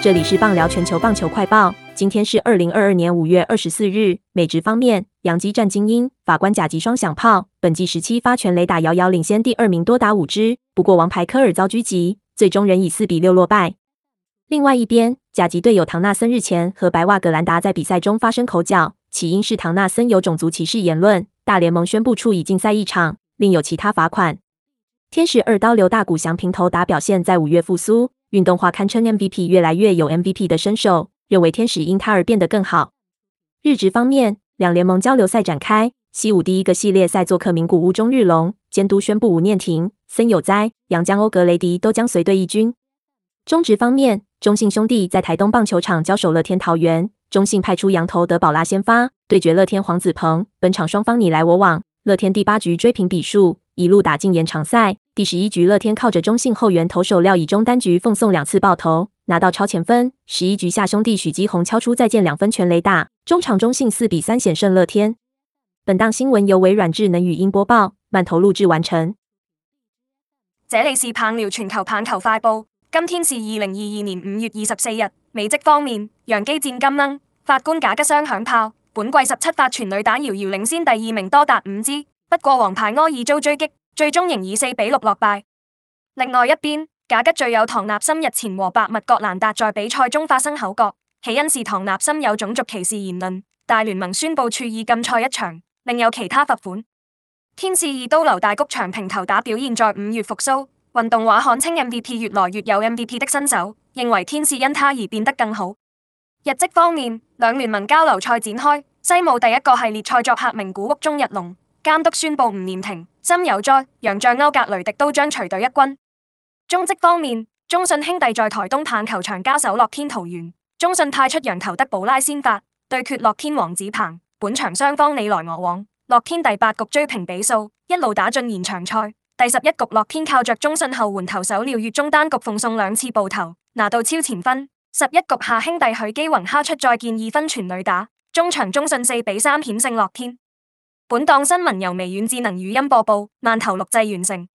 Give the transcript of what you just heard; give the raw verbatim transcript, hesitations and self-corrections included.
这里是棒聊全球棒球快报，今天是二零二二年五月二十四日。美职方面，洋基战精英，法官甲级双响炮，本季十七发全垒打，遥遥领先第二名多达五支。不过王牌科尔遭狙击，最终仍以四比六落败。另外一边，甲级队友唐纳森日前和白袜格兰达在比赛中发生口角，起因是唐纳森有种族歧视言论，大联盟宣布处以禁赛一场，另有其他罚款。天使二刀流大谷翔平投打表现在五月复苏，运动化堪称 M V P， 越来越有 M V P 的身手，认为天使因他而变得更好。日职方面，两联盟交流赛展开，西武第一个系列赛做客名古屋中日龙，监督宣布吴念庭、森友哉、洋将欧格雷迪都将随队一军。中职方面，中信兄弟在台东棒球场交手乐天桃园，中信派出洋投德保拉先发，对决乐天黄子鹏，本场双方你来我往，乐天第八局追平比数，一路打进延长赛。第十一局乐天靠着中信后援投手廖以中单局奉送两次爆头，拿到超前分。十一局下兄弟许基宏敲出再见两分全垒打，中场中信四比三险胜乐天。本档新闻由微软智能语音播報，慢投錄製完成。 這裡是棒聊全球棒球快報，今天是二零二二年五月二十四日。美職方面，洋基戰金鶯，法官賈吉雙響炮，本季十七發全壘打，遙遙領先第二名多達五支。不過王牌柯爾遭追擊，最終仍以四比六落敗。另外一邊，賈吉隊友唐納森日前和白襪葛蘭達在比賽中發生口角，起因是唐納森有種族歧視言論，大聯盟宣布處以禁賽一場，另有其他罰款。天使二刀流大谷翔平投打表現在五月復甦，運動畫刊稱 M V P 越來越有 M V P 的身手，認為天使因他而變得更好。日職方面，兩聯盟交流賽展開，西武第一個系列賽作客名古屋中日龍。監督宣布吳念庭、森友哉、洋將歐格雷迪都將隨隊一軍。中職方面，中信兄弟在台東棒球場交手樂天桃園，中信派出洋投德保拉先發，對決樂天黃子鵬。本場雙方你來我往，樂天第八局追平比數，一路打進延長賽。第十一局樂天靠着中信後援投手廖月中單局奉送兩次暴投，拿到超前分。十一局下兄弟許基宏敲出再見二分全壘打，中場中信四比三險勝樂天。本檔新聞由微軟智能語音播報，慢投錄製完成。